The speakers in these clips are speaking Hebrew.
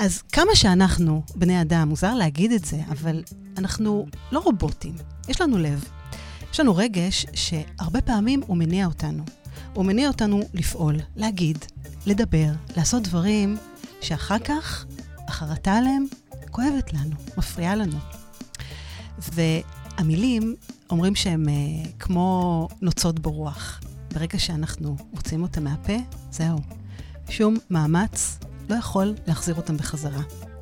אז כמה שאנחנו, בני אדם, מוזר להגיד את זה, אבל אנחנו לא רובוטים. יש לנו לב. יש לנו רגש שהרבה פעמים הוא מניע אותנו. הוא מניע אותנו לפעול, להגיד, לדבר, לעשות דברים שאחר כך, החרטה עליהם, כואבת לנו, מפריעה לנו. והמילים אומרים שהם כמו נוצות ברוח. ברגע שאנחנו מוצאים אותם מהפה, זהו. שום מאמץ לא יכול להחזיר אותם בחזרה.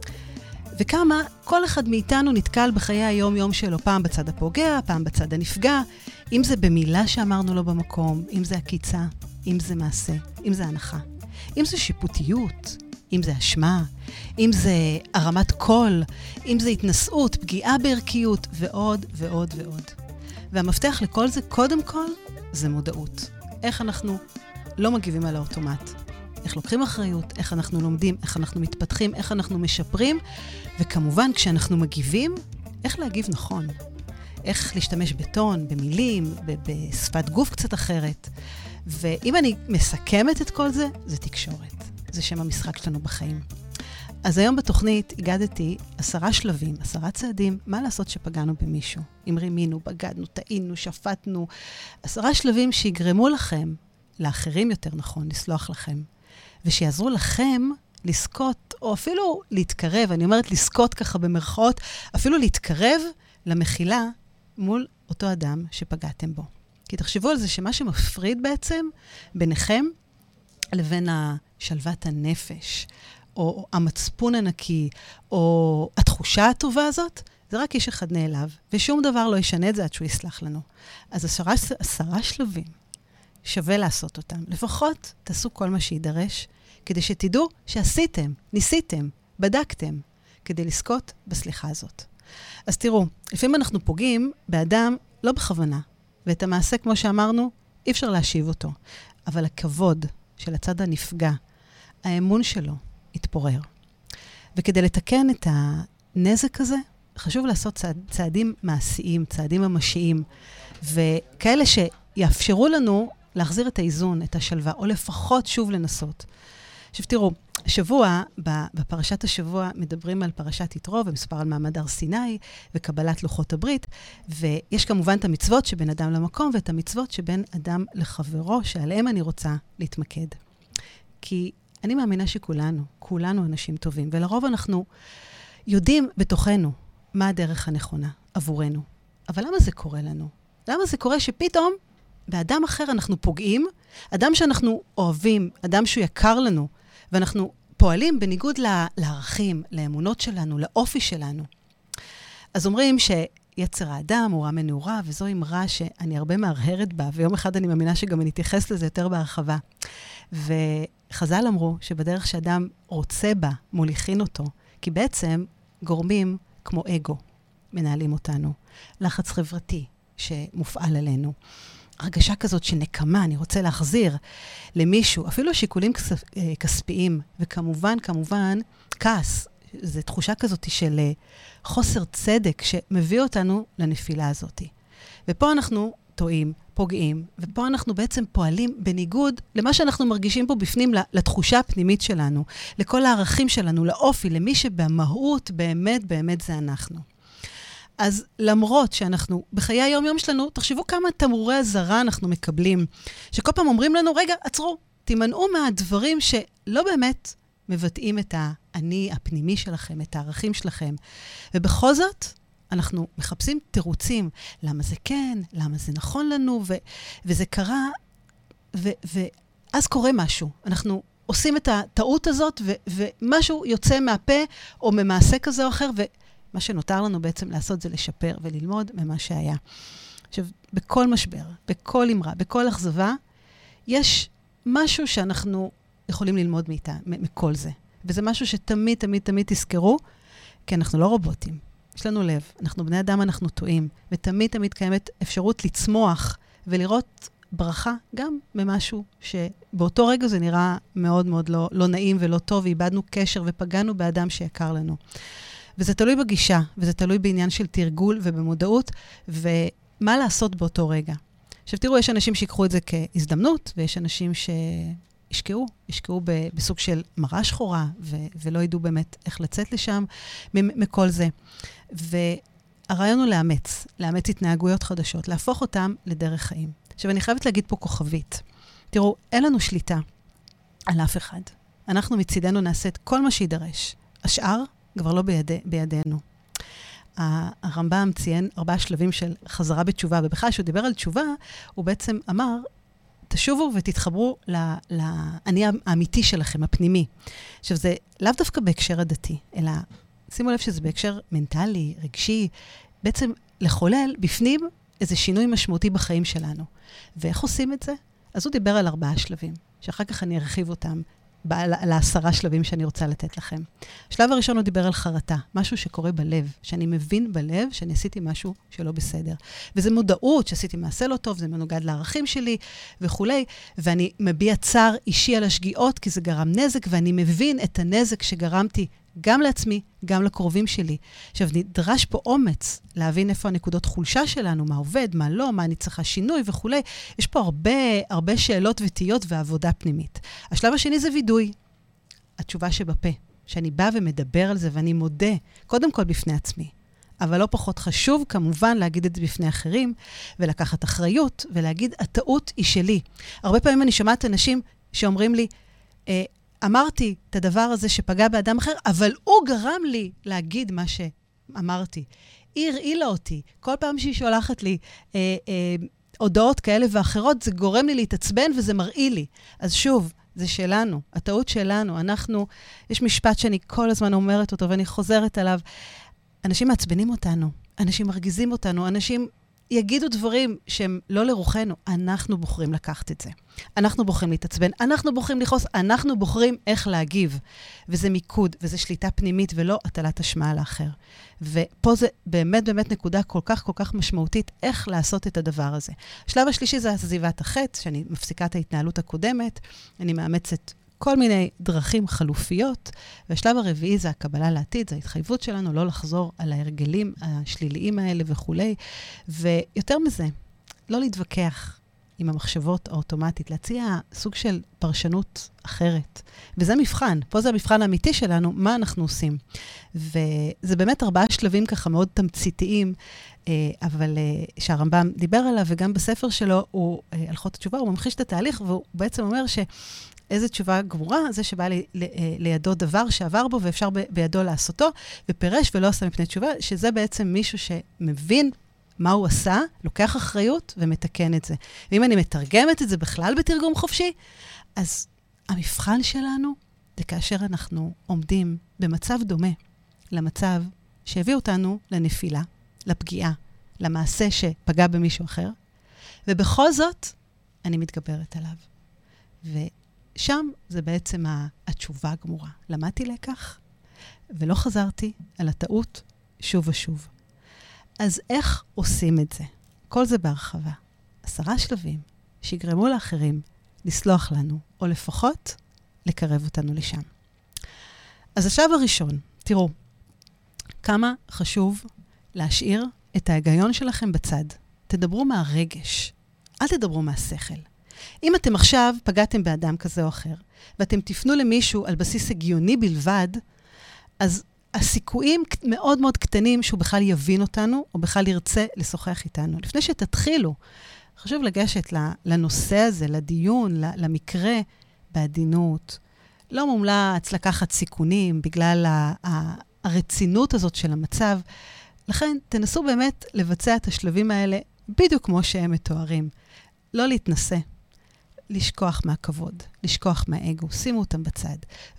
וכמה כל אחד מאיתנו נתקל בחיי היום-יום שלו, פעם בצד הפוגע, פעם בצד הנפגע, אם זה במילה שאמרנו לו במקום, אם זה עקיצה, אם זה מעשה, אם זה הנחה, אם זה שיפוטיות, אם זה אשמה, אם זה הרמת קול, אם זה התנשאות, פגיעה בערכיות, ועוד ועוד ועוד. והמפתח לכל זה, קודם כל, זה מודעות. איך אנחנו לא מגיבים על האוטומט. איך לוקחים אחריות, איך אנחנו לומדים, איך אנחנו מתפתחים, איך אנחנו משפרים, וכמובן, כשאנחנו מגיבים, איך להגיב נכון. איך להשתמש בטון, במילים, בשפת גוף קצת אחרת. ואם אני מסכמת את כל זה, זה תקשורת. זה שם המשחק שלנו בחיים. אז היום בתוכנית הגדתי 10 שלבים, 10 צעדים, מה לעשות שפגענו במישהו. אם רימינו, בגדנו, טעינו, שפטנו. 10 שלבים שיגרמו לכם, לאחרים יותר נכון, לסלוח לכם. ושיעזרו לכם לזכות, או אפילו להתקרב, אני אומרת לזכות ככה במרכאות, אפילו להתקרב למחילה מול אותו אדם שפגעתם בו. כי תחשבו על זה שמה שמפריד בעצם ביניכם לבין שלוות הנפש, או המצפון הנקי, או התחושה הטובה הזאת, זה רק איש אחד נעלב, ושום דבר לא ישנה את זה עד שהוא יסלח לנו. אז 10 שלבים שווה לעשות אותם. לפחות תעשו כל מה שידרש, כדי שתדעו שעשיתם, ניסיתם, בדקתם, כדי לזכות בסליחה הזאת. אז תראו, לפעמים אנחנו פוגעים באדם לא בכוונה, ואת המעשה, כמו שאמרנו, אי אפשר להשיב אותו. אבל הכבוד של הצד הנפגע, האמון שלו, יתפורר. וכדי לתקן את הנזק הזה, חשוב לעשות צעדים מעשיים, צעדים ממשיים, וכאלה שיאפשרו לנו להחזיר את האיזון, את השלווה, או לפחות שוב לנסות. עכשיו תראו, שבוע, בפרשת השבוע מדברים על פרשת יתרו, ומספר על מעמד הר סיני, וקבלת לוחות הברית, ויש כמובן את המצוות שבין אדם למקום, ואת המצוות שבין אדם לחברו, שעליהם אני רוצה להתמקד. כי אני מאמינה שכולנו, כולנו אנשים טובים, ולרוב אנחנו יודעים בתוכנו מה הדרך הנכונה עבורנו. אבל למה זה קורה לנו? למה זה קורה שפתאום באדם אחר אנחנו פוגעים, אדם שאנחנו אוהבים, אדם שהוא יקר לנו, ואנחנו פועלים בניגוד לערכים, לאמונות שלנו, לאופי שלנו. אז אומרים שיצר האדם הוא רע מנעוריו, וזו אמרה שאני הרבה מהרהרת בה, ויום אחד אני מאמינה שגם אני אתייחס לזה יותר בהרחבה. וחז"ל אמרו שבדרך שאדם רוצה בה, מוליכין אותו, כי בעצם גורמים כמו אגו מנהלים אותנו, לחץ חברתי שמופעל עלינו. הרגשה כזאת שנקמה, אני רוצה להחזיר למישהו, אפילו שיקולים כספיים, וכמובן, כעס, זו תחושה כזאת של חוסר צדק שמביא אותנו לנפילה הזאת. ופה אנחנו טועים, פוגעים, ופה אנחנו בעצם פועלים בניגוד למה שאנחנו מרגישים פה בפנים, לתחושה הפנימית שלנו, לכל הערכים שלנו, לאופי, למי שבמהות באמת זה אנחנו. אז למרות שאנחנו בחיי היום-יום שלנו, תחשבו כמה תמרורי הזרה אנחנו מקבלים, שכל פעם אומרים לנו, רגע, עצרו, תימנעו מהדברים שלא באמת מבטאים את האני הפנימי שלכם, את הערכים שלכם. ובכל זאת, אנחנו מחפשים תירוצים, למה זה כן, למה זה נכון לנו, וזה קרה, ואז קורה משהו. אנחנו עושים את הטעות הזאת, ומשהו יוצא מהפה, או ממעשה כזה או אחר, מה שנותר לנו בעצם לעשות זה לשפר וללמוד ממה שהיה. עכשיו, בכל משבר, בכל אמרה, בכל אכזבה, יש משהו שאנחנו יכולים ללמוד מכל זה. וזה משהו שתמיד תזכרו, כי אנחנו לא רובוטים. יש לנו לב, אנחנו בני אדם, אנחנו טועים, ותמיד קיימת אפשרות לצמוח ולראות ברכה גם ממשהו שבאותו רגע זה נראה מאוד מאוד לא נעים ולא טוב, ואיבדנו קשר ופגענו באדם שיקר לנו. וזה תלוי בגישה, וזה תלוי בעניין של תרגול ובמודעות, ומה לעשות באותו רגע. עכשיו תראו, יש אנשים שיקחו את זה כהזדמנות, ויש אנשים ישקעו בסוג של מראה שחורה, ולא ידעו באמת איך לצאת לשם מכל זה. והרעיון הוא לאמץ התנהגויות חדשות, להפוך אותם לדרך חיים. עכשיו, אני חייבת להגיד פה כוכבית. תראו, אין לנו שליטה על אף אחד. אנחנו מצידנו נעשה את כל מה שידרש. השאר כבר לא בידינו. הרמב"ם ציין 4 שלבים של חזרה בתשובה, ובכלל שהוא דיבר על תשובה, הוא בעצם אמר, תשובו ותתחברו לאני האמיתי שלכם, הפנימי. עכשיו, זה לאו דווקא בהקשר הדתי, אלא שימו לב שזה בהקשר מנטלי, רגשי, בעצם לחולל בפנים איזה שינוי משמעותי בחיים שלנו. ואיך עושים את זה? אז הוא דיבר על 4 שלבים, שאחר כך אני ארחיב אותם על 10 שלבים שאני רוצה לתת לכם. השלב הראשון הוא דיבר על חרטה, משהו שקורה בלב, שאני מבין בלב שאני עשיתי משהו שלא בסדר. וזה מודעות שעשיתי מעשה לא טוב, זה מנוגד לערכים שלי וכו'. ואני מביע צער אישי על השגיאות, כי זה גרם נזק, ואני מבין את הנזק שגרמתי גם לעצמי, גם לקרובים שלי. עכשיו, נדרש פה אומץ להבין איפה הנקודות חולשה שלנו, מה עובד, מה לא, מה אני צריכה שינוי וכו'. יש פה הרבה שאלות ותהיות ועבודה פנימית. השלב השני זה וידוי. התשובה שבפה, שאני באה ומדבר על זה ואני מודה, קודם כל בפני עצמי. אבל לא פחות חשוב, כמובן, להגיד את זה בפני אחרים, ולקחת אחריות, ולהגיד, הטעות היא שלי. הרבה פעמים אני שומעת אנשים שאומרים לי, אמרתי את הדבר הזה שפגע באדם אחר, אבל הוא גרם לי להגיד מה שאמרתי. היא הרעילה אותי. כל פעם שהיא שולחת לי הודעות כאלה ואחרות, זה גורם לי להתעצבן וזה מרעיל לי. אז שוב, זה שלנו, הטעות שלנו. יש משפט שאני כל הזמן אומרת אותו ואני חוזרת עליו. אנשים מעצבנים אותנו, אנשים מרגיזים אותנו, אנשים יגידו דברים שהם לא לרוחנו. אנחנו בוחרים לקחת את זה. אנחנו בוחרים להתעצבן, אנחנו בוחרים לכעוס, אנחנו בוחרים איך להגיב. וזה מיקוד, וזה שליטה פנימית, ולא הטלת אשמה על האחר. ופה זה באמת נקודה כל כך משמעותית, איך לעשות את הדבר הזה. השלב השלישי זה עזיבת החטא, שאני מפסיקה את ההתנהלות הקודמת, אני מאמצת כל מיני דרכים חלופיות, והשלב הרביעי זה הקבלה לעתיד, זה ההתחייבות שלנו לא לחזור על ההרגלים השליליים האלה וכו'. ויותר מזה, לא להתווכח עם המחשבות האוטומטית, להציע סוג של פרשנות אחרת. וזה מבחן, פה זה המבחן האמיתי שלנו, מה אנחנו עושים. וזה באמת 4 שלבים ככה מאוד תמציתיים, אבל שהרמב"ם דיבר עליו, וגם בספר שלו, הוא הלכות התשובה, הוא ממחיש את התהליך, והוא בעצם אומר איזה תשובה גמורה, זה שבא לידו דבר שעבר בו, ואפשר בידו לעשותו, ופרש ולא עשה מפני תשובה, שזה בעצם מישהו שמבין מה הוא עשה, לוקח אחריות ומתקן את זה. ואם אני מתרגמת את זה בכלל בתרגום חופשי, אז המבחן שלנו זה כאשר אנחנו עומדים במצב דומה למצב שהביא אותנו לנפילה, לפגיעה, למעשה שפגע במישהו אחר, ובכל זאת אני מתגברת עליו. שם זה בעצם התשובה הגמורה. למדתי לקח, ולא חזרתי על הטעות שוב ושוב. אז איך עושים את זה? כל זה בהרחבה. 10 שלבים שיגרמו לאחרים לסלוח לנו, או לפחות לקרב אותנו לשם. אז השלב הראשון, תראו, כמה חשוב להשאיר את ההיגיון שלכם בצד. תדברו מהרגש, אל תדברו מהשכל. אם אתם עכשיו פגעתם באדם כזה או אחר, ואתם תפנו למישהו על בסיס הגיוני בלבד, אז הסיכויים מאוד מאוד קטנים שהוא בכלל יבין אותנו, או בכלל ירצה לשוחח איתנו. לפני שתתחילו, חשוב לגשת לנושא הזה, לדיון, למקרה, בעדינות. לא מומלץ לקחת סיכונים בגלל הרצינות הזאת של המצב. לכן תנסו באמת לבצע את השלבים האלה בדיוק כמו שהם מתוארים. לא להתנסה. לשכוח מהכבוד, לשכוח מהאגו, שימו אותם בצד.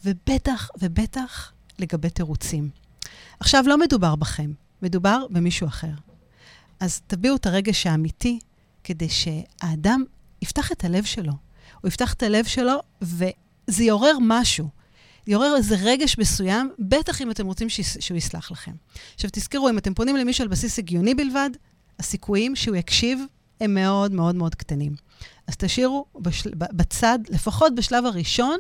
ובטח לגבי תירוצים. עכשיו לא מדובר בכם, מדובר במישהו אחר. אז תביאו את הרגש האמיתי, כדי שהאדם יפתח את הלב שלו. הוא יפתח את הלב שלו, וזה יעורר משהו. יעורר איזה רגש מסוים, בטח אם אתם רוצים שהוא יסלח לכם. עכשיו תזכרו, אם אתם פונים למישהו על בסיס הגיוני בלבד, הסיכויים שהוא יקשיב הם מאוד מאוד מאוד קטנים. אז תשאירו בצד, לפחות בשלב הראשון,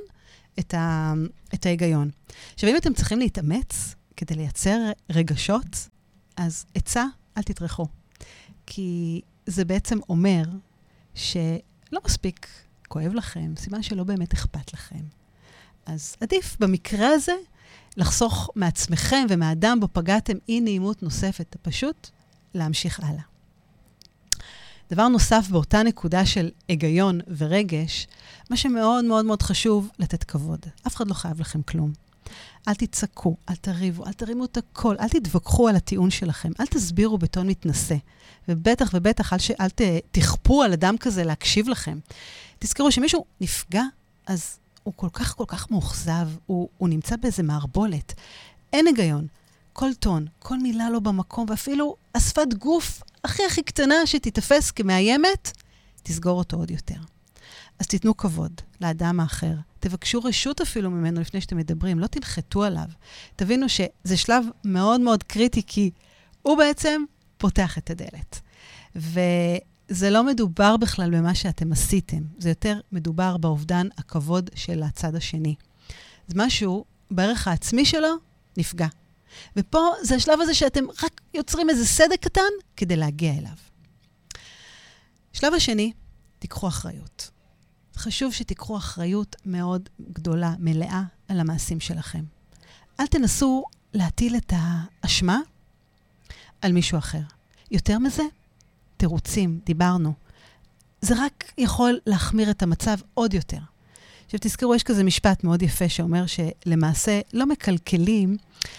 את ההיגיון. עכשיו, אם אתם צריכים להתאמץ כדי לייצר רגשות, אז עצה, אל תטרחו. כי זה בעצם אומר שלא מספיק שכואב לכם, סימן שלא באמת אכפת לכם. אז עדיף במקרה הזה לחסוך מעצמכם ומהאדם בו פגעתם אי נעימות נוספת, פשוט להמשיך הלאה. דבר נוסף באותה נקודה של היגיון ורגש, מה שמאוד מאוד מאוד חשוב לתת כבוד. אף אחד לא חייב לכם כלום. אל תצעקו, אל תריבו, אל תרימו את הכל, אל תתווכחו על הטיעון שלכם, אל תסבירו בטון מתנשא. ובטח אל תכפו על אדם כזה להקשיב לכם. תזכרו שמישהו נפגע, אז הוא כל כך מאוכזב, הוא נמצא באיזה מערבולת. אין היגיון. כל טון, כל מילה לא במקום, ואפילו השפת גוף הכי קטנה שתתפס כמאיימת, תסגור אותו עוד יותר. אז תיתנו כבוד לאדם האחר. תבקשו רשות אפילו ממנו לפני שאתם מדברים, לא תלחתו עליו. תבינו שזה שלב מאוד מאוד קריטי, כי הוא בעצם פותח את הדלת. וזה לא מדובר בכלל במה שאתם עשיתם, זה יותר מדובר באובדן הכבוד של הצד השני. זה משהו, בערך העצמי שלו, נפגע. ופה זה השלב הזה שאתם רק יוצרים איזה סדק קטן כדי להגיע אליו. שלב השני, תיקחו אחריות. חשוב שתיקחו אחריות מאוד גדולה, מלאה, על המעשים שלכם. אל תנסו להטיל את האשמה על מישהו אחר. יותר מזה, תירוצים, דיברנו. זה רק יכול להחמיר את המצב עוד יותר. עכשיו תזכרו, יש כזה משפט מאוד יפה שאומר שלמעשה לא מקלקלים,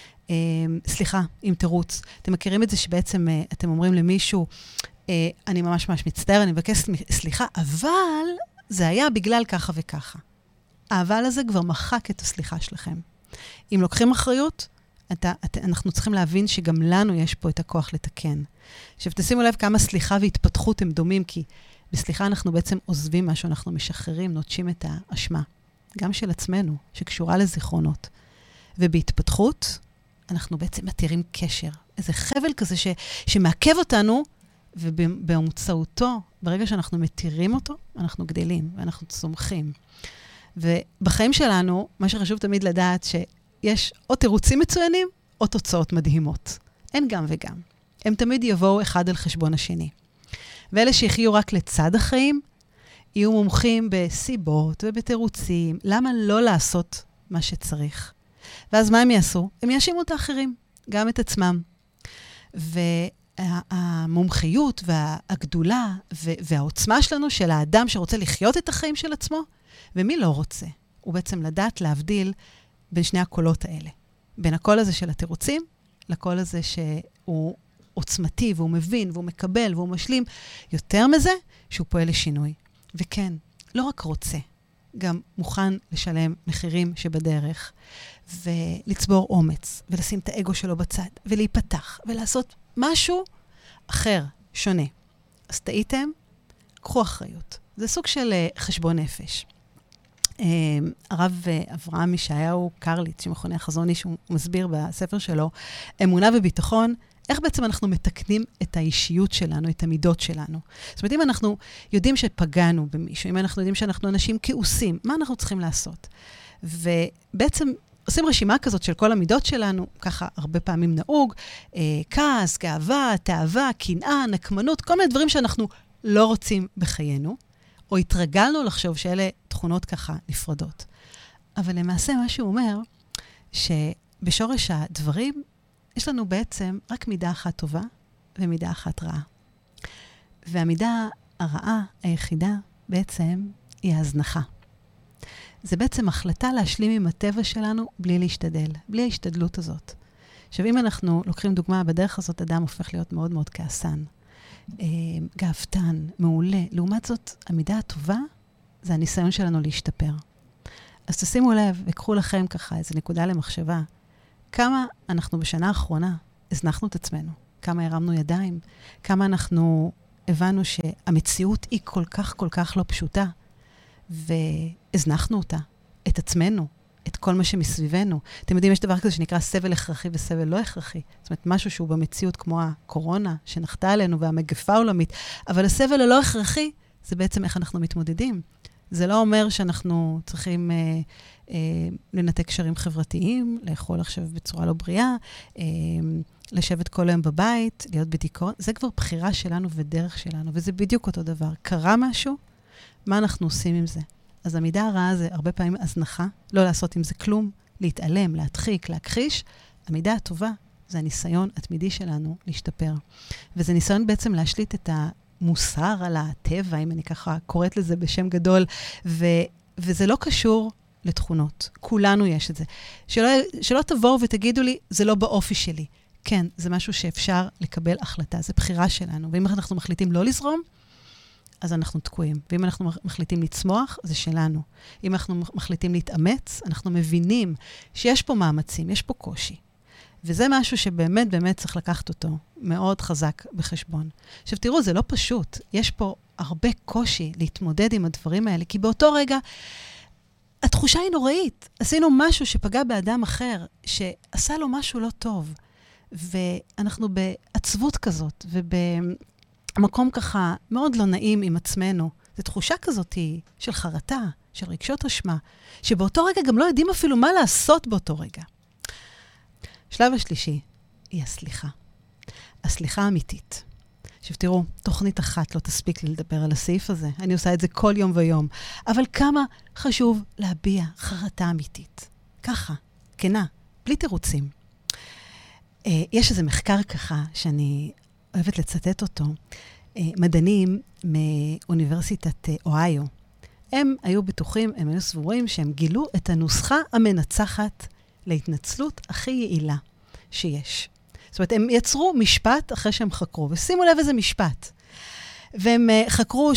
עם תירוץ. אתם מכירים את זה שבעצם אתם אומרים למישהו, אני ממש מצטער, אני מבקש סליחה, אבל זה היה בגלל ככה וככה. האבל הזה כבר מחק את הסליחה שלכם. אם לוקחים אחריות, אנחנו צריכים להבין שגם לנו יש פה את הכוח לתקן. עכשיו, תשימו לב כמה סליחה והתפתחות הם דומים, כי בסליחה אנחנו בעצם עוזבים משהו, אנחנו משחררים, נוטשים את האשמה. גם של עצמנו, שקשורה לזיכרונות. ובהתפתחות, אנחנו בעצם מתירים קשר. איזה חבל כזה שמעכב אותנו, ובאמצעותו, ברגע שאנחנו מתירים אותו, אנחנו גדלים ואנחנו צומחים. ובחיים שלנו, מה שחשוב תמיד לדעת, שיש או תירוצים מצוינים, או תוצאות מדהימות. אין גם וגם. הם תמיד יבואו אחד על חשבון השני. ואלה שיחיו רק לצד החיים, יהיו מומחים בסיבות ובתירוצים. למה לא לעשות מה שצריך? ואז מה הם יעשו? הם יאשימו את האחרים, גם את עצמם. והמומחיות והגדולה והעוצמה שלנו של האדם שרוצה לחיות את החיים של עצמו, ומי לא רוצה? הוא בעצם לדעת להבדיל בין שני הקולות האלה. בין הקול הזה של התירוצים, לקול הזה שהוא עוצמתי, והוא מבין, והוא מקבל, והוא משלים. יותר מזה, שהוא פועל לשינוי. וכן, לא רק רוצה, גם מוכן לשלם מחירים שבדרך, ולצבור אומץ, ולשים את האגו שלו בצד, ולהיפתח, ולעשות משהו אחר, שונה. אז טעיתם, קחו אחריות. זה סוג של חשבון נפש. הרב אברהם ישעיהו קרליץ, שמכונה החזון איש, הוא מסביר בספר שלו, אמונה וביטחון, איך בעצם אנחנו מתקנים את האישיות שלנו, את המידות שלנו. זאת אומרת, אם אנחנו יודעים שפגענו במישהו, אם אנחנו יודעים שאנחנו אנשים כעוסים, מה אנחנו צריכים לעשות? ובעצם עושים רשימה כזאת של כל המידות שלנו, ככה הרבה פעמים נהוג, כעס, גאווה, תאווה, קנאה, נקמנות, כל מיני דברים שאנחנו לא רוצים בחיינו, או התרגלנו לחשוב שאלה תכונות ככה נפרדות. אבל למעשה מה שהוא אומר, שבשורש הדברים, יש לנו בעצם רק מידה אחת טובה ומידה אחת רעה. והמידה הרעה היחידה בעצם היא ההזנחה. זה בעצם החלטה להשלים עם הטבע שלנו בלי להשתדל, בלי ההשתדלות הזאת. עכשיו, אם אנחנו לוקחים דוגמה, בדרך הזאת אדם הופך להיות מאוד מאוד כעסן, גאוותן, מעולה. לעומת זאת, המידה הטובה זה הניסיון שלנו להשתפר. אז תשימו לב, וקחו לכם ככה איזו נקודה למחשבה, כמה אנחנו בשנה האחרונה הזנחנו את עצמנו, כמה הרמנו ידיים, כמה אנחנו הבנו שהמציאות היא כל כך לא פשוטה, והזנחנו אותה, את עצמנו, את כל מה שמסביבנו. אתם יודעים, יש דבר כזה שנקרא סבל הכרחי וסבל לא הכרחי. זאת אומרת, משהו שהוא במציאות כמו הקורונה, שנחתה עלינו והמגפה עולמית, אבל הסבל הלא הכרחי, זה בעצם איך אנחנו מתמודדים. זה לא אומר שאנחנו צריכים לנתק קשרים חברתיים, לאכול עכשיו בצורה לא בריאה, לשבת כל היום בבית, להיות בדיכאון. זה כבר בחירה שלנו ודרך שלנו, וזה בדיוק אותו דבר. קרה משהו, מה אנחנו עושים עם זה? אז המידה הרעה זה הרבה פעמים הזנחה, לא לעשות עם זה כלום, להתעלם, להדחיק, להכחיש. המידה הטובה זה הניסיון התמידי שלנו להשתפר. וזה ניסיון בעצם להשליט את המוסר על הטבע, אם אני ככה קוראת לזה בשם גדול, וזה לא קשור לתכונות. כולנו יש את זה. שלא תבואו ותגידו לי, זה לא באופי שלי. כן, זה משהו שאפשר לקבל החלטה, זה בחירה שלנו. ואם אנחנו מחליטים לא לזרום, אז אנחנו תקועים. ואם אנחנו מחליטים לצמוח, זה שלנו. אם אנחנו מחליטים להתאמץ, אנחנו מבינים שיש פה מאמצים, יש פה קושי. וזה משהו שבאמת באמת צריך לקחת אותו מאוד חזק בחשבון. עכשיו תראו, זה לא פשוט. יש פה הרבה קושי להתמודד עם הדברים האלה, כי באותו רגע התחושה היא נוראית. עשינו משהו שפגע באדם אחר, שעשה לו משהו לא טוב. ואנחנו בעצבות כזאת, ובמקום ככה מאוד לא נעים עם עצמנו. זו תחושה כזאת של חרטה, של רגשות אשמה, שבאותו רגע גם לא יודעים אפילו מה לעשות באותו רגע. השלב השלישי היא הסליחה. הסליחה האמיתית. עכשיו תראו, תוכנית אחת לא תספיק לי לדבר על הסעיף הזה. אני עושה את זה כל יום ויום. אבל כמה חשוב להביע חרטה אמיתית. ככה, כנה, בלי תירוצים. יש איזה מחקר ככה שאני אוהבת לצטט אותו. מדענים מאוניברסיטת אוהיו. הם היו בטוחים, הם היו סבורים שהם גילו את הנוסחה המנצחת להתנצלות הכי יעילה שיש. זאת אומרת, הם יצרו משפט אחרי שהם חקרו, ושימו לב איזה משפט. והם חקרו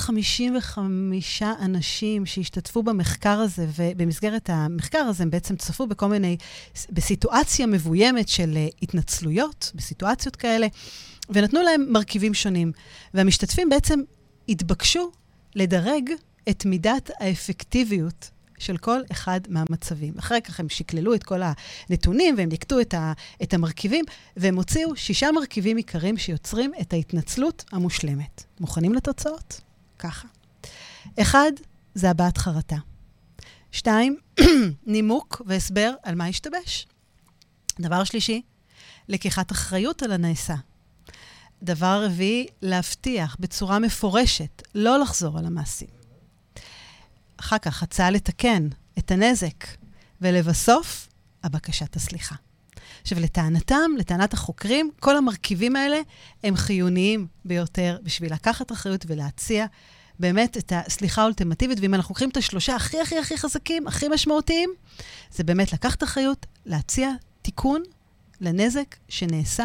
755 אנשים שהשתתפו במחקר הזה, ובמסגרת המחקר הזה הם בעצם צפו בכל מיני, בסיטואציה מבוימת של התנצלויות, בסיטואציות כאלה, ונתנו להם מרכיבים שונים. והמשתתפים בעצם התבקשו לדרג את מידת האפקטיביות של כל אחד מהמצבים. אחרי כך הם שקללו את כל הנתונים, והם נקטו את המרכיבים, והם הוציאו 6 מרכיבים עיקריים שיוצרים את ההתנצלות המושלמת. מוכנים לתוצאות? ככה. 1, זה הבעת חרטה. 2, נימוק והסבר על מה השתבש. דבר שלישי, לקיחת אחריות על הנעשה. דבר רביעי, להבטיח בצורה מפורשת, לא לחזור על המעשים. אחר כך, הצעה לתקן את הנזק, ולבסוף, הבקשת הסליחה. עכשיו, לטענת החוקרים, כל המרכיבים האלה הם חיוניים ביותר בשביל לקחת אחריות ולהציע באמת את הסליחה האולטימטיבית, ואם אנחנו לוקחים את השלושה הכי חזקים, הכי משמעותיים, זה באמת לקחת אחריות, להציע תיקון לנזק שנעשה,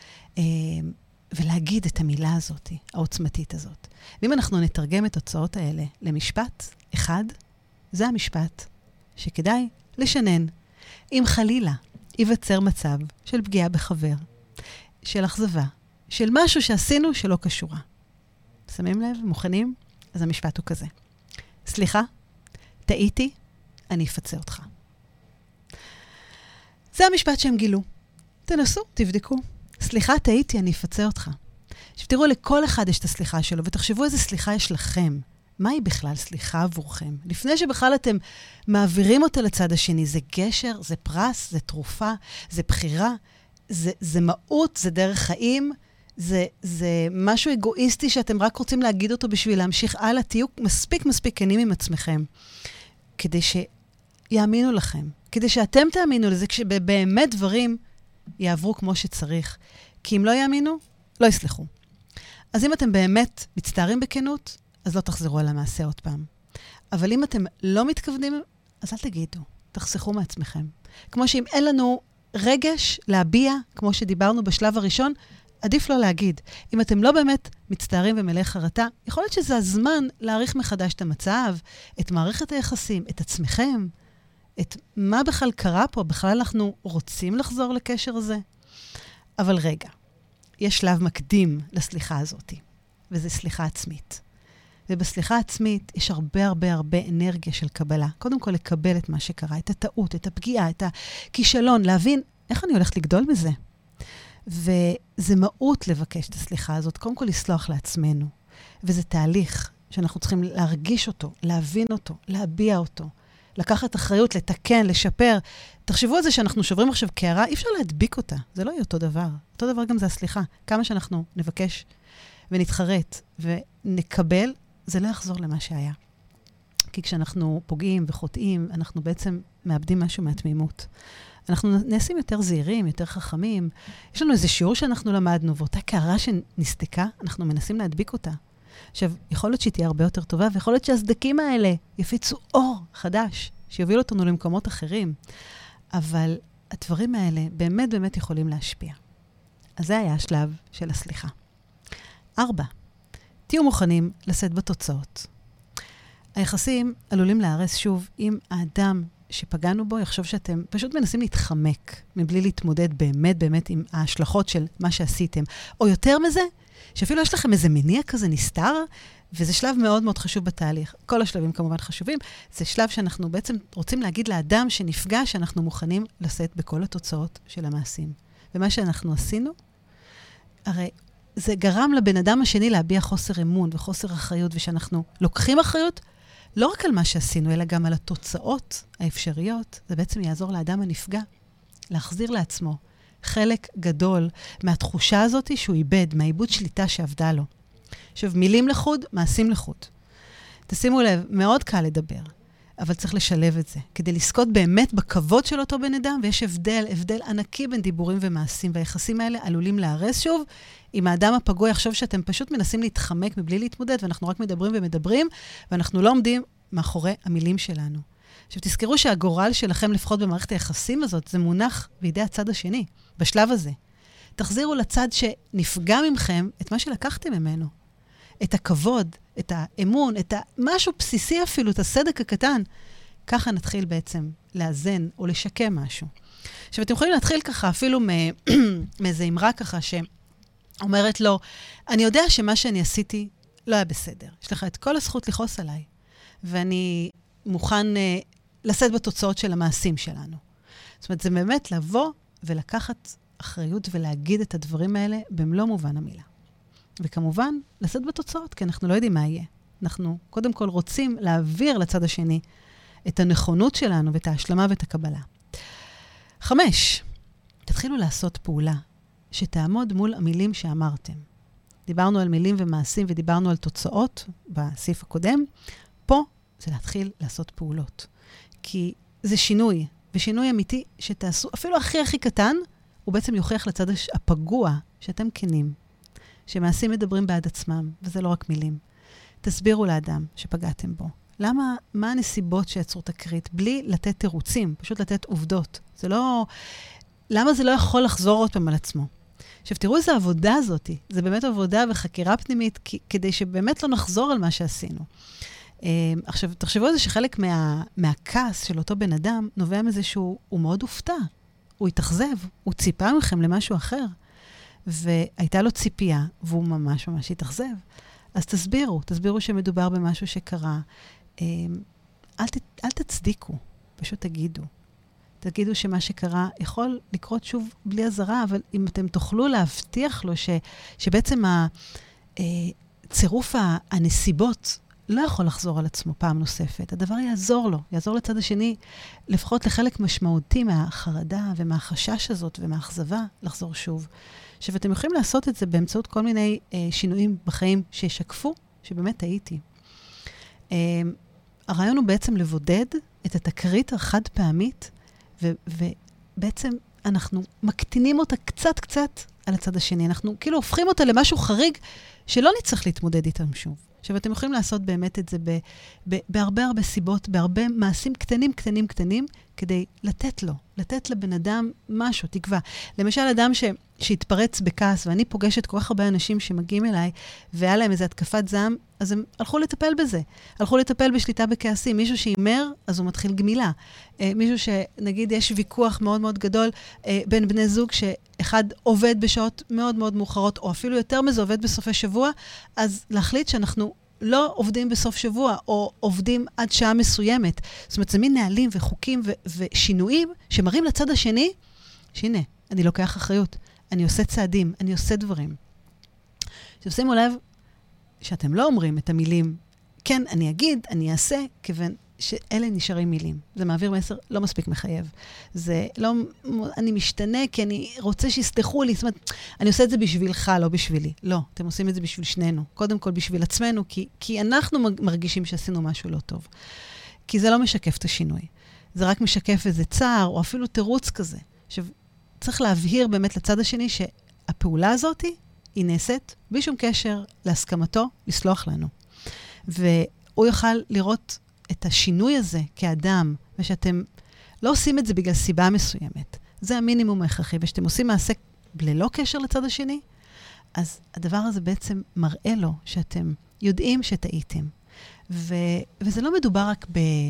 ולהגיד את המילה הזאת, העוצמתית הזאת. ואם אנחנו נתרגם את התוצאות האלה למשפט אחד, זה המשפט שכדאי לשנן. אם חלילה ייווצר מצב של פגיעה בחבר, של אכזבה, של משהו שעשינו שלא קשורה. שמים לב? מוכנים? אז המשפט הוא כזה. סליחה, טעיתי, אני אפצה אותך. זה המשפט שהם גילו. תנסו, תבדקו. סליחה, טעיתי, אני אפצה אותך. עכשיו תראו, לכל אחד יש את הסליחה שלו, ותחשבו איזה סליחה יש לכם. מהי בכלל סליחה עבורכם? לפני שבכלל אתם מעבירים אותה לצד השני, זה גשר, זה פרס, זה תרופה, זה בחירה, זה מהות, זה דרך חיים, זה משהו אגואיסטי שאתם רק רוצים להגיד אותו בשביל להמשיך הלאה. תהיו מספיק כנים עם עצמכם, כדי שיאמינו לכם, כדי שאתם תאמינו לזה, כשבאמת דברים יעברו כמו שצריך. כי אם לא יאמינו, לא יסלחו. אז אם אתם באמת מצטערים בכנות, אז לא תחזרו על המעשה עוד פעם. אבל אם אתם לא מתכוונים, אז אל תגידו, תחסכו מעצמכם. כמו שאם אין לנו רגש להביע, כמו שדיברנו בשלב הראשון, עדיף לא להגיד. אם אתם לא באמת מצטערים ומלא חרטה, יכול להיות שזה הזמן להעריך מחדש את המצב, את מערכת היחסים, את עצמכם, את מה בכלל קרה פה, בכלל אנחנו רוצים לחזור לקשר הזה. אבל רגע, יש שלב מקדים לסליחה הזאת, וזה סליחה עצמית. ובסליחה עצמית יש הרבה אנרגיה של קבלה. קודם כל לקבל את מה שקרה, את הטעות, את הפגיעה, את הכישלון, להבין איך אני הולכת לגדול בזה. וזה מהות לבקש את הסליחה הזאת, קודם כל לסלוח לעצמנו. וזה תהליך שאנחנו צריכים להרגיש אותו, להבין אותו, להביע אותו, לקחת אחריות, לתקן, לשפר. תחשבו על זה שאנחנו שוברים עכשיו קערה, אי אפשר להדביק אותה, זה לא יהיה אותו דבר. אותו דבר גם זה הסליחה. כמה שאנחנו נבקש ונתחרט ונקבל, זה לא יחזור למה שהיה. כי כשאנחנו פוגעים וחוטאים, אנחנו בעצם מאבדים משהו מהתמימות. אנחנו נעשים יותר זהירים, יותר חכמים. יש לנו איזה שיעור שאנחנו למדנו, ואותה קערה שנסתקה, אנחנו מנסים להדביק אותה. עכשיו, יכול להיות שהיא תהיה הרבה יותר טובה, ויכול להיות שהסדקים האלה יפיצו אור חדש, שיוביל אותנו למקומות אחרים. אבל הדברים האלה באמת באמת יכולים להשפיע. אז זה היה השלב של הסליחה. 4. תהיו מוכנים לשאת בתוצאות. היחסים עלולים להרס שוב אם האדם שפגענו בו יחשוב שאתם פשוט מנסים להתחמק, מבלי להתמודד באמת באמת עם ההשלכות של מה שעשיתם. או יותר מזה, שאפילו יש לכם איזה מניע כזה נסתר, וזה שלב מאוד מאוד חשוב בתהליך. כל השלבים כמובן חשובים. זה שלב שאנחנו בעצם רוצים להגיד לאדם שנפגע שאנחנו מוכנים לשאת בכל התוצאות של המעשים. ומה שאנחנו עשינו, הרי זה גרם לבן אדם השני להביע חוסר אמון וחוסר אחריות, ושאנחנו לוקחים אחריות לא רק על מה שעשינו, אלא גם על התוצאות האפשריות. זה בעצם יעזור לאדם הנפגע להחזיר לעצמו חלק גדול מהתחושה הזאת שהוא איבד, מהעיבוד שליטה שעבדה לו. עכשיו, מילים לחוד, מעשים לחוד. תשימו לב, מאוד קל לדבר, אבל צריך לשלב את זה, כדי לזכות באמת בכבוד של אותו בן אדם, ויש הבדל ענקי בין דיבורים ומעשים, והיחסים האלה עלולים להרס שוב, אם האדם הפגוע יחשוב שאתם פשוט מנסים להתחמק מבלי להתמודד, ואנחנו רק מדברים ומדברים, ואנחנו לא עומדים מאחורי המילים שלנו. עכשיו, תזכרו שהגורל שלכם, לפחות במערכת היחסים הזאת, זה מונח בידי הצד השני, בשלב הזה. תחזירו לצד שנפגע ממכם את מה שלקחתם ממנו. את הכבוד, את האמון, את משהו בסיסי אפילו, את הסדק הקטן. ככה נתחיל בעצם לאזן או לשקם משהו. עכשיו, אתם יכולים להתחיל ככה, אפילו מאיזה אמרה ככה, שאומרת לו, אני יודע שמה שאני עשיתי לא היה בסדר. יש לך את כל הזכות לכעוס עליי, ואני מוכן לשאת בתוצאות של המעשים שלנו. זאת אומרת, זה באמת לבוא ולקחת אחריות ולהגיד את הדברים האלה במלוא מובן המילה. וכמובן, לשאת בתוצאות, כי אנחנו לא יודעים מה יהיה. אנחנו קודם כל רוצים להעביר לצד השני את הנכונות שלנו ואת ההשלמה ואת הקבלה. 5. תתחילו לעשות פעולה שתעמוד מול המילים שאמרתם. דיברנו על מילים ומעשים ודיברנו על תוצאות בסעיף הקודם. פה זה להתחיל לעשות פעולות. כי זה שינוי, ושינוי אמיתי שתעשו, אפילו הכי קטן, הוא בעצם יוכיח לצד הפגוע שאתם כנים. שמעשים מדברים בעד עצמם, וזה לא רק מילים. תסבירו לאדם שפגעתם בו. מה הנסיבות שיצרו תקרית? בלי לתת תירוצים, פשוט לתת עובדות. למה זה לא יכול לחזור עוד פעם על עצמו? עכשיו, תראו איזו עבודה הזאת. זה באמת עבודה וחקירה פנימית, כדי שבאמת לא נחזור על מה שעשינו. עכשיו, תחשבו על זה שחלק מהכעס של אותו בן אדם, נובע מזה שהוא מאוד הופתע. הוא התאכזב, הוא ציפה מכם למשהו אחר. והייתה לו ציפייה, והוא ממש ממש התאכזב. אז תסבירו שמדובר במשהו שקרה. אל תצדיקו, פשוט תגידו. תגידו שמה שקרה יכול לקרות שוב בלי עזרה, אבל אם אתם תוכלו להבטיח לו שבעצם צירוף הנסיבות לא יכול לחזור על עצמו פעם נוספת. הדבר יעזור לו, יעזור לצד השני, לפחות לחלק משמעותי מהחרדה ומהחשש הזאת ומהאכזבה לחזור שוב. עכשיו, אתם יכולים לעשות את זה באמצעות כל מיני שינויים בחיים שישקפו שבאמת הייתי. הרעיון הוא בעצם לבודד את התקרית החד פעמית, ובעצם אנחנו מקטינים אותה קצת על הצד השני. אנחנו כאילו הופכים אותה למשהו חריג שלא נצטרך להתמודד איתם שוב. עכשיו, אתם יכולים לעשות באמת את זה בהרבה סיבות, בהרבה מעשים קטנים, כדי לתת לבן אדם משהו, תקווה. למשל, אדם שהתפרץ בכעס, ואני פוגשת כל כך הרבה אנשים שמגיעים אליי, והיה להם איזו התקפת זעם, אז הם הלכו לטפל בזה. הלכו לטפל בשליטה בכעסים. מישהו שימר, אז הוא מתחיל גמילה. מישהו שנגיד יש ויכוח מאוד מאוד גדול בין בני זוג, שאחד עובד בשעות מאוד מאוד מאוחרות, או אפילו יותר מזה עובד בסופי שבוע, אז להחליט שאנחנו לא עובדים בסוף שבוע, או עובדים עד שעה מסוימת. זאת אומרת, זה מין נהלים וחוקים ושינויים שמראים לצד השני, שהנה, אני לוקח אחריות, אני עושה צעדים, אני עושה דברים. שימו לב שאתם לא אומרים את המילים, כן, אני אגיד, אני אעשה, כיוון שאלה נשארים מילים. זה מעביר מסר לא מספיק מחייב. זה לא, אני משתנה כי אני רוצה שיסלחו לי. זאת אומרת, אני עושה את זה בשבילך, לא בשבילי. לא, אתם עושים את זה בשביל שנינו. קודם כל בשביל עצמנו, כי אנחנו מרגישים שעשינו משהו לא טוב. כי זה לא משקף את השינוי. זה רק משקף איזה צער, או אפילו תירוץ כזה. עכשיו, צריך להבהיר באמת לצד השני שהפעולה הזאת היא נעשית בלי שום קשר להסכמתו לסלוח לנו. והוא יוכל לראות את השינוי הזה כאדם, ושאתם לא עושים את זה בגלל סיבה מסוימת. זה המינימום ההכרחי, ושאתם עושים מעשה ללא קשר לצד השני, אז הדבר הזה בעצם מראה לו שאתם יודעים שטעיתם. וזה לא מדובר רק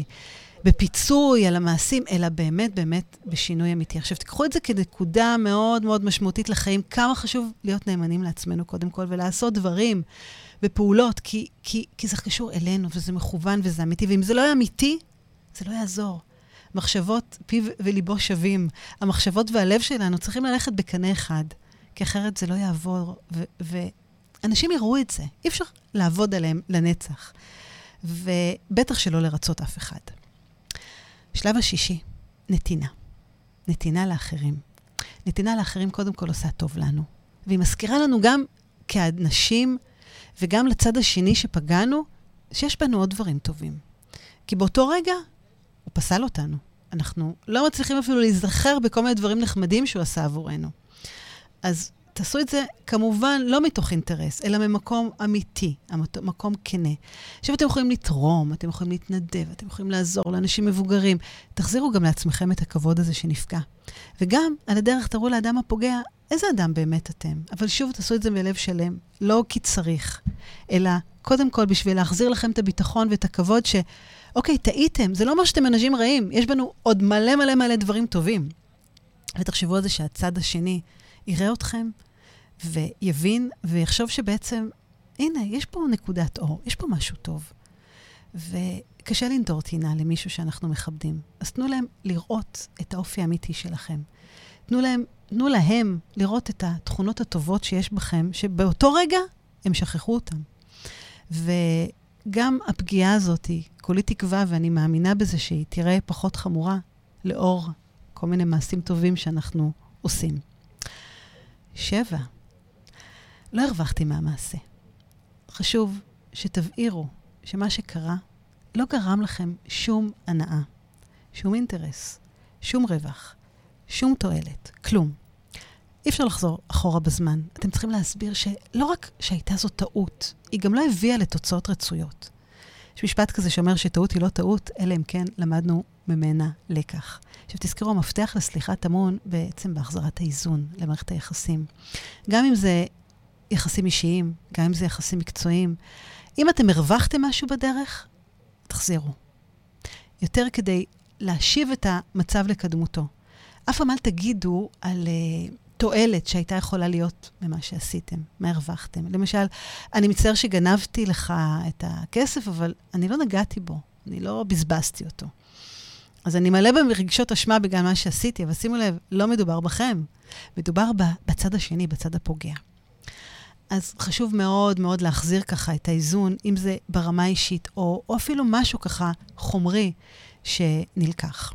בפיצוי על המעשים, אלא באמת באמת בשינוי אמיתי. עכשיו, תקחו את זה כנקודה מאוד מאוד משמעותית לחיים, כמה חשוב להיות נאמנים לעצמנו קודם כל, ולעשות דברים ופעולות, כי זה קשור אלינו, וזה מכוון וזה אמיתי, ואם זה לא אמיתי, זה לא יעזור. מחשבות פיו וליבו שווים. המחשבות והלב שלנו צריכים ללכת בקנה אחד, כי אחרת זה לא יעבור, ואנשים יראו את זה. אי אפשר לעבוד עליהם לנצח, ובטח שלא לרצות אף אחד. שלב השישי, נתינה. נתינה לאחרים. נתינה לאחרים קודם כל עושה טוב לנו. והיא מזכירה לנו גם כאנשים, וגם לצד השני שפגענו, שיש בנו עוד דברים טובים. כי באותו רגע, הוא פסל אותנו. אנחנו לא מצליחים אפילו להיזכר בכל מיני דברים נחמדים שהוא עשה עבורנו. אז תעשו את זה כמובן לא מתוך אינטרס, אלא ממקום אמיתי, מקום כנה. עכשיו אתם יכולים לתרום, אתם יכולים להתנדב, אתם יכולים לעזור לאנשים מבוגרים. תחזירו גם לעצמכם את הכבוד הזה שנפגע. וגם על הדרך תראו לאדם הפוגע, איזה אדם באמת אתם. אבל שוב תעשו את זה בלב שלם, לא כי צריך, אלא קודם כל בשביל להחזיר לכם את הביטחון ואת הכבוד אוקיי, טעיתם, זה לא אומר שאתם אנשים רעים, יש בנו עוד מלא מלא מלא דברים טובים. ותחשבו על זה שהצד השני יראה אתכם ויבין ויחשוב שבעצם, הנה, יש פה נקודת אור, יש פה משהו טוב. וקשה לנדור טינה למישהו שאנחנו מכבדים. אז תנו להם לראות את האופי האמיתי שלכם. תנו להם לראות את התכונות הטובות שיש בכם, שבאותו רגע הם שכחו אותם. וגם הפגיעה הזאת, כולי תקווה, ואני מאמינה בזה שהיא תראה פחות חמורה, לאור כל מיני מעשים טובים שאנחנו עושים. 7. לא הרווחתי מהמעשה. חשוב שתבהירו שמה שקרה לא גרם לכם שום הנאה, שום אינטרס, שום רווח, שום תועלת, כלום. אי אפשר לחזור אחורה בזמן. אתם צריכים להסביר שלא רק שהייתה זו טעות, היא גם לא הביאה לתוצאות רצויות. יש משפט כזה שאומר שטעות היא לא טעות, אלא אם כן למדנו ממנה לקח. עכשיו תזכרו, המפתח לסליחה טמון בעצם בהחזרת האיזון למערכת היחסים. גם אם זה יחסים אישיים, גם אם זה יחסים מקצועיים. אם אתם הרווחתם משהו בדרך, תחזירו. יותר כדי להשיב את המצב לקדמותו. אף פעם אל תגידו על תועלת שהייתה יכולה להיות ממה שעשיתם, מה הרווחתם. למשל, אני מצטער שגנבתי לך את הכסף, אבל אני לא נגעתי בו, אני לא בזבזתי אותו. אז אני מלא ברגשות אשמה בגלל מה שעשיתי, אבל שימו לב, לא מדובר בכם, מדובר בצד השני, בצד הפוגע. אז חשוב מאוד מאוד להחזיר ככה את האיזון, אם זה ברמה האישית, או אפילו משהו ככה חומרי שנלקח.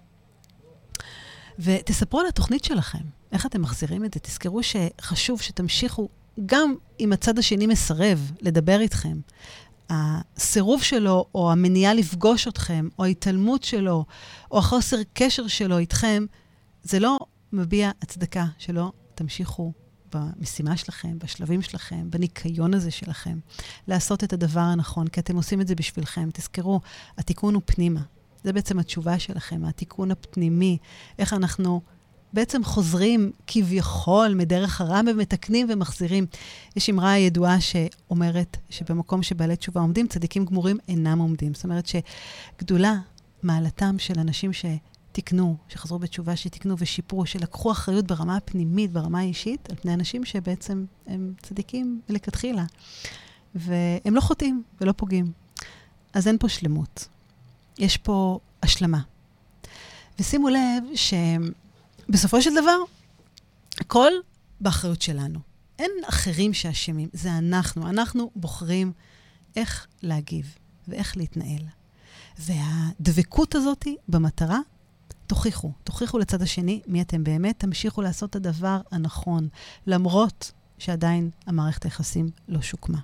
ותספרו על התוכנית שלכם, איך אתם מחזירים את זה. תזכרו שחשוב שתמשיכו, גם אם הצד השני מסרב לדבר איתכם, הסירוב שלו, או המניעה לפגוש אתכם, או ההתעלמות שלו, או החוסר קשר שלו איתכם, זה לא מביע הצדקה שלא תמשיכו במשימה שלכם, בשלבים שלכם, בניקיון הזה שלכם, לעשות את הדבר הנכון, כי אתם עושים את זה בשבילכם. תזכרו, התיקון הוא פנימה. זה בעצם התשובה שלכם, התיקון הפנימי, איך אנחנו בעצם חוזרים כביכול מדרך הרע ומתקנים ומחזירים. יש אמרה ידועה שאומרת שבמקום שבעלי תשובה עומדים, צדיקים גמורים אינם עומדים. זאת אומרת שגדולה מעלתם של אנשים שתקנו, שחזרו בתשובה, שתקנו ושיפרו, שלקחו אחריות ברמה הפנימית, ברמה האישית, על פני אנשים שבעצם הם צדיקים מלכתחילה. והם לא חוטאים ולא פוגעים. אז אין פה שלמות. יש פה השלמה. ושימו לב שבסופו של דבר, הכל באחריות שלנו. אין אחרים שאשמים, זה אנחנו. אנחנו בוחרים איך להגיב ואיך להתנהל. והדבקות הזאת במטרה, תוכיחו לצד השני מי אתם באמת, תמשיכו לעשות את הדבר הנכון, למרות שעדיין המערכת היחסים לא שוקמה.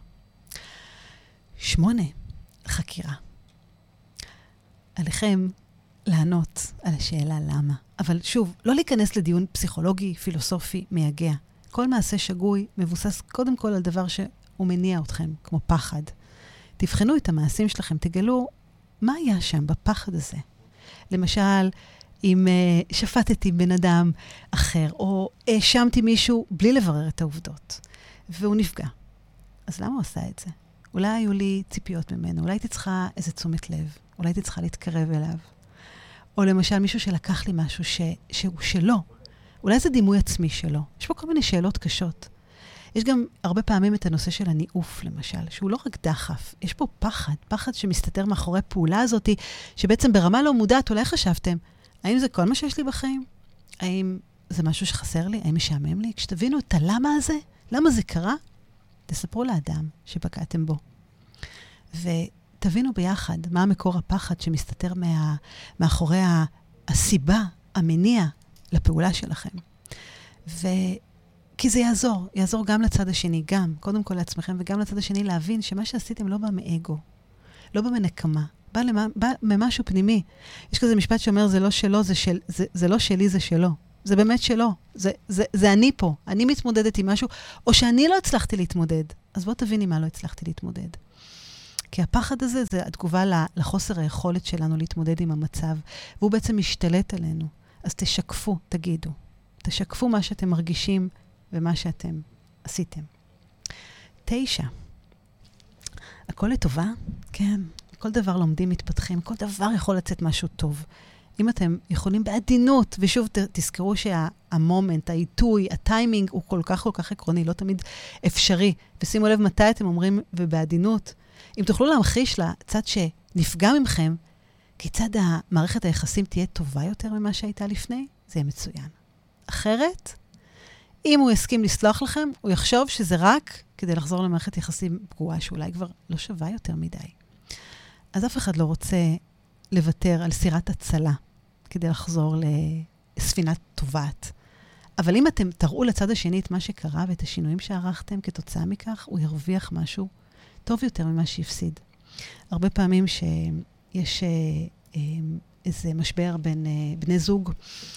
8, חקירה. עליכם לענות על השאלה למה. אבל שוב, לא להיכנס לדיון פסיכולוגי, פילוסופי, מייגע. כל מעשה שגוי מבוסס קודם כל על דבר שהוא מניע אתכם, כמו פחד. תבחנו את המעשים שלכם, תגלו מה היה שם בפחד הזה. למשל, אם שפטתי בן אדם אחר, או האשמתי מישהו בלי לברר את העובדות, והוא נפגע. אז למה הוא עשה את זה? אולי היו לי ציפיות ממנו, אולי הייתי צריכה איזה תשומת לב, אולי הייתי צריכה להתקרב אליו. או למשל מישהו שלקח לי משהו שהוא שלו. אולי זה דימוי עצמי שלו. יש פה כל מיני שאלות קשות. יש גם הרבה פעמים את הנושא של הניאוף, למשל, שהוא לא רק דחף. יש פה פחד שמסתתר מאחורי פעולה הזאת, שבעצם ברמה לא מודעת, אולי חשבתם, האם זה כל מה שיש לי בחיים? האם זה משהו שחסר לי? האם משעמם לי? כשתבינו את הלמה הזה, למה זה קרה, תספרו לאדם שפגעתם בו. ותבינו ביחד מה מקור הפחד שמסתתר מאחורי הסיבה, המניע לפעולה שלכם. כי זה יעזור גם לצד השני, גם, קודם כל לעצמכם, וגם לצד השני להבין שמה שעשיתם לא בא מאגו, לא בא מנקמה, בא ממשהו פנימי. יש כזה משפט שאומר, זה לא שלו, זה לא שלי, זה שלו. זה באמת שלו. זה אני פה. אני מתמודדת עם משהו, או שאני לא הצלחתי להתמודד. אז בוא תביני מה לא הצלחתי להתמודד. כי הפחד הזה, זה התגובה לחוסר היכולת שלנו להתמודד עם המצב, והוא בעצם משתלט עלינו. אז תשקפו, תגידו. תשקפו מה שאתם מרגישים ומה שאתם עשיתם. 9. הכל לטובה? כן. כל דבר לומדים, מתפתחים, כל דבר יכול לצאת משהו טוב. אם אתם יכולים בעדינות, ושוב תזכרו שהמומנט, העיתוי, הטיימינג הוא כל כך עקרוני, לא תמיד אפשרי. ושימו לב מתי אתם אומרים ובעדינות. אם תוכלו להמחיש לצד שנפגע ממכם, כיצד המערכת היחסים תהיה טובה יותר ממה שהייתה לפני, זה יהיה מצוין. אחרת, אם הוא יסכים לסלוח לכם, הוא יחשוב שזה רק כדי לחזור למערכת יחסים פגועה, שאולי כבר לא שווה יותר מדי. אז אף אחד לא רוצה לוותר על סירת הצלה כדי לחזור לספינה טובעת. אבל אם אתם תראו לצד השני את מה שקרה ואת השינויים שערכתם כתוצאה מכך, הוא ירוויח משהו טוב יותר ממה שהפסיד. הרבה פעמים שיש איזה משבר בין בני זוג,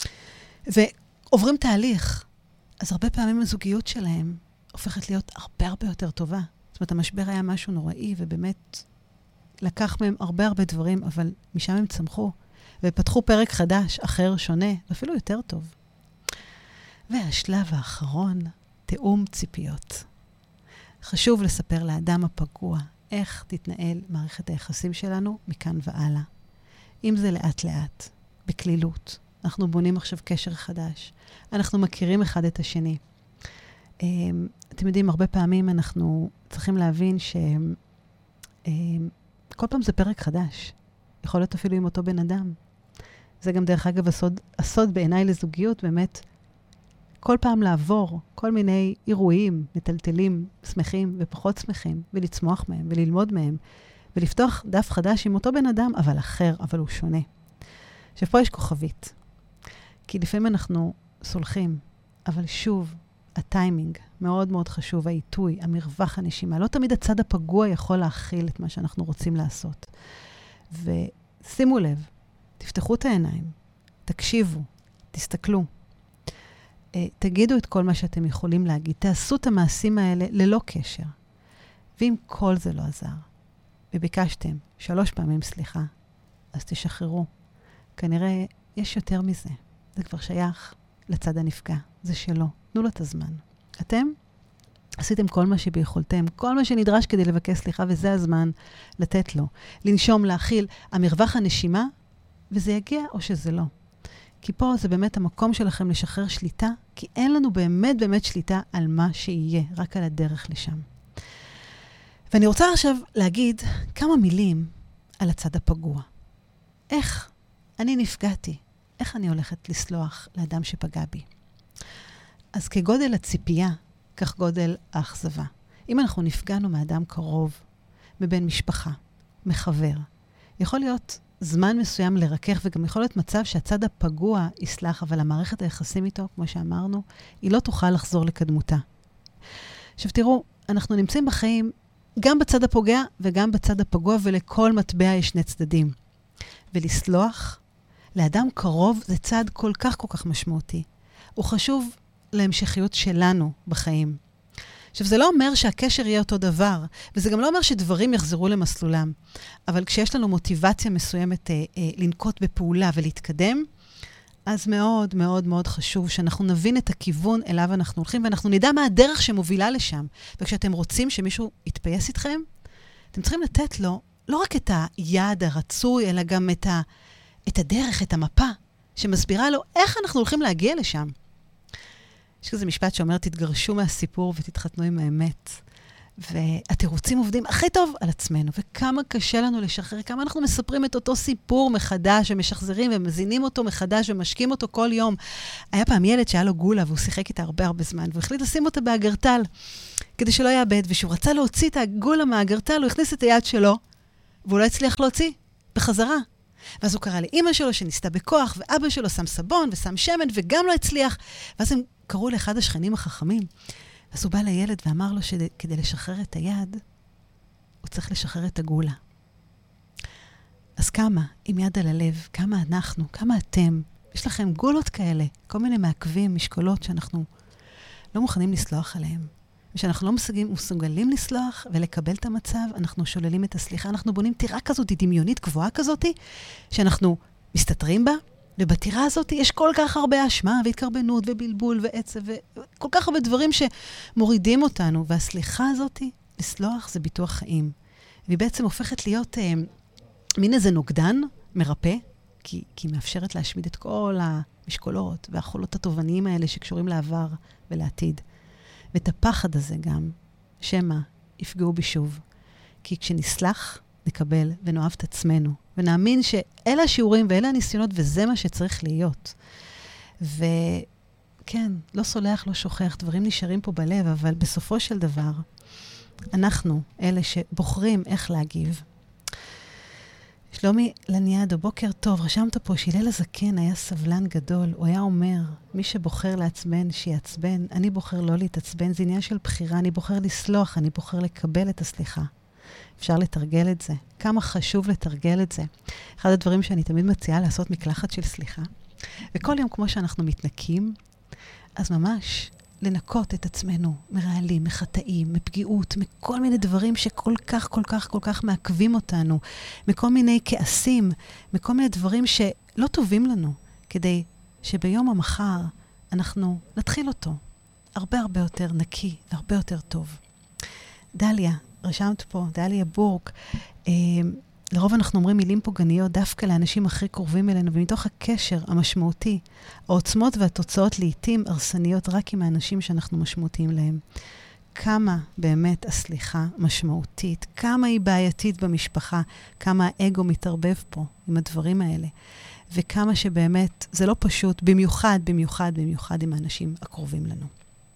ועוברים תהליך, אז הרבה פעמים הזוגיות שלהם הופכת להיות הרבה יותר טובה. זאת אומרת, המשבר היה משהו נוראי, ובאמת לקח מהם הרבה דברים, אבל משם הם צמחו, ופתחו פרק חדש, אחר, שונה, ואפילו יותר טוב. והשלב האחרון, תאום ציפיות. חשוב לספר לאדם הפגוע איך תתנהל מערכת היחסים שלנו מכאן והלאה. אם זה לאט, בכלילות. אנחנו בונים עכשיו קשר חדש. אנחנו מכירים אחד את השני. אתם יודעים, הרבה פעמים אנחנו צריכים להבין כל פעם זה פרק חדש. יכול להיות אפילו עם אותו בן אדם. זה גם דרך אגב הסוד בעיניי לזוגיות, באמת, כל פעם לעבור כל מיני אירועים, מטלטלים, שמחים ופחות שמחים, ולצמוח מהם וללמוד מהם, ולפתוח דף חדש עם אותו בן אדם, אבל אחר, אבל הוא שונה. עכשיו פה יש כוכבית. כי לפעמים אנחנו סולחים, אבל שוב, הטיימינג מאוד חשוב, העיתוי, המרווח הנשימה. לא תמיד הצד הפגוע יכול להכיל את מה שאנחנו רוצים לעשות. ושימו לב, תפתחו את העיניים, תקשיבו, תסתכלו. תגידו את כל מה שאתם יכולים להגיד. תעשו את המעשים האלה ללא קשר. ואם כל זה לא עזר, וביקשתם 3 פעמים סליחה, אז תשחררו. כנראה יש יותר מזה. זה כבר שייך לצד הנפגע. זה שלו. תנו לו את הזמן. אתם עשיתם כל מה שביכולתם, כל מה שנדרש כדי לבקש סליחה, וזה הזמן לתת לו. לנשום, להכיל, המרווח הנשימה, וזה יגיע או שזה לא. כי פה זה באמת המקום שלכם לשחרר שליטה, כי אין לנו באמת שליטה על מה שיהיה, רק על הדרך לשם. ואני רוצה עכשיו להגיד כמה מילים על הצד הפגוע. איך אני נפגעתי? איך אני הולכת לסלוח לאדם שפגע בי? אז כגודל הציפייה, כך גודל האכזבה. אם אנחנו נפגענו מאדם קרוב, מבן משפחה, מחבר, יכול להיות זמן מסוים לרכך, וגם יכול להיות מצב שהצד הפגוע יסלח, אבל המערכת היחסים איתו, כמו שאמרנו, היא לא תוכל לחזור לקדמותה. עכשיו תראו, אנחנו נמצאים בחיים גם בצד הפוגע וגם בצד הפגוע, ולכל מטבע יש שני צדדים. ולסלוח לאדם קרוב זה צעד כל כך משמעותי. הוא חשוב להמשכיות שלנו בחיים. עכשיו, זה לא אומר שהקשר יהיה אותו דבר, וזה גם לא אומר שדברים יחזרו למסלולם. אבל כשיש לנו מוטיבציה מסוימת לנקוט בפעולה ולהתקדם, אז מאוד מאוד מאוד חשוב שאנחנו נבין את הכיוון אליו אנחנו הולכים, ואנחנו נדע מה הדרך שמובילה לשם. וכשאתם רוצים שמישהו יתפייס איתכם, אתם צריכים לתת לו לא רק את היעד הרצוי, אלא גם את הדרך, את המפה, שמסבירה לו איך אנחנו הולכים להגיע לשם. יש כזה משפט שאומר, תתגרשו מהסיפור ותתחתנו עם האמת. והתירוצים עובדים הכי טוב על עצמנו, וכמה קשה לנו לשחרר, כמה אנחנו מספרים את אותו סיפור מחדש, ומשחזרים ומזינים אותו מחדש, ומשקים אותו כל יום. היה פעם ילד שהיה לו גולה, והוא שיחק איתה הרבה זמן, והוא החליט לשים אותה באגרטל, כדי שלא יאבד, ושהוא רצה להוציא את הגולה מהאגרטל, הוא הכניס את היד שלו, והוא לא הצליח להוציא, בחזרה. ואז הוא קרא לאמא שלו שניסתה בכוח, ואבא שלו שם סבון ושם שמן, וגם לא הצליח. ואז הם קראו לאחד השכנים החכמים. אז הוא בא לילד ואמר לו שכדי לשחרר את היד, הוא צריך לשחרר את הגולה. אז כמה, עם יד על הלב, כמה אנחנו, כמה אתם, יש לכם גולות כאלה, כל מיני מעכבים, משקולות שאנחנו לא מוכנים לסלוח עליהם. ושאנחנו לא מסוגלים לסלוח ולקבל את המצב, אנחנו שוללים את הסליחה, אנחנו בונים טירה כזאת, דמיונית גבוהה כזאת, שאנחנו מסתתרים בה, ובטירה הזאת יש כל כך הרבה אשמה והתקרבנות ובלבול ועצב, וכל כך הרבה דברים שמורידים אותנו, והסליחה הזאת, לסלוח זה ביטוח חיים. והיא בעצם הופכת להיות מין איזה נוגדן מרפא, כי היא מאפשרת להשמיד את כל המשקולות והחולות התובעניים האלה שקשורים לעבר ולעתיד. ואת הפחד הזה גם, שמה, יפגעו בי שוב. כי כשנסלח, נקבל ונאהב את עצמנו, ונאמין שאלה השיעורים ואלה הניסיונות, וזה מה שצריך להיות. וכן, לא סולח, לא שוכח, דברים נשארים פה בלב, אבל בסופו של דבר, אנחנו, אלה שבוחרים איך להגיב. שלומי לניאדו, בוקר טוב, רשמת פה שהלל הזקן היה סבלן גדול, הוא היה אומר, מי שבוחר לעצבן, שיעצבן, אני בוחר לא להתעצבן, זה עניין של בחירה, אני בוחר לסלוח, אני בוחר לקבל את הסליחה. אפשר לתרגל את זה. כמה חשוב לתרגל את זה. אחד הדברים שאני תמיד מציעה לעשות מקלחת של סליחה, וכל יום כמו שאנחנו מתנקים, אז ממש לנקות את עצמנו מרעלים, מחטאים, מפגיעות, מכל מיני דברים שכל כך מעכבים אותנו, מכל מיני כעסים, מכל מיני דברים שלא טובים לנו, כדי שביום המחר אנחנו נתחיל אותו הרבה יותר נקי, הרבה יותר טוב. דליה, רשמת פה, דליה בורק, לרוב אנחנו אומרים מילים פוגעניות דווקא לאנשים הכי קרובים אלינו, ומתוך הקשר המשמעותי, העוצמות והתוצאות לעתים הרסניות רק עם האנשים שאנחנו משמעותיים להם. כמה באמת הסליחה משמעותית, כמה היא בעייתית במשפחה, כמה האגו מתערבב פה עם הדברים האלה, וכמה שבאמת זה לא פשוט, במיוחד עם האנשים הקרובים לנו.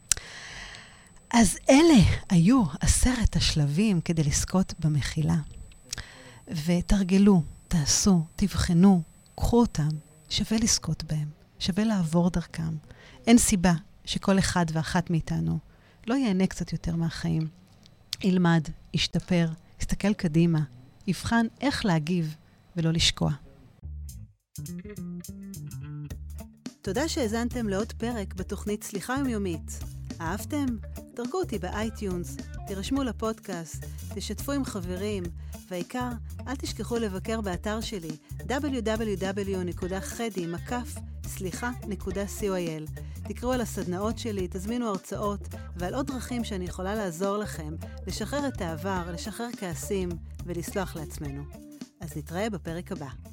אז אלה היו 10 השלבים כדי לזכות במחילה. ותרגלו, תעשו, תבחנו, קחו אותם, שווה לזכות בהם, שווה לעבור דרכם. אין סיבה שכל אחד ואחת מאיתנו לא ייהנה קצת יותר מהחיים. ילמד, ישתפר, יסתכל קדימה, יבחן איך להגיב ולא לשקוע. תודה שהזנתם לעוד פרק בתוכנית סליחה יומיומית. אהבתם? דרגו אותי באייטיונס, תירשמו לפודקאסט, תשתפו עם חברים, והעיקר, אל תשכחו לבקר באתר שלי www.khedi.co.il. תקראו על הסדנאות שלי, תזמינו הרצאות ועל עוד דרכים שאני יכולה לעזור לכם לשחרר את העבר, לשחרר כעסים ולסלוח לעצמנו. אז נתראה בפרק הבא.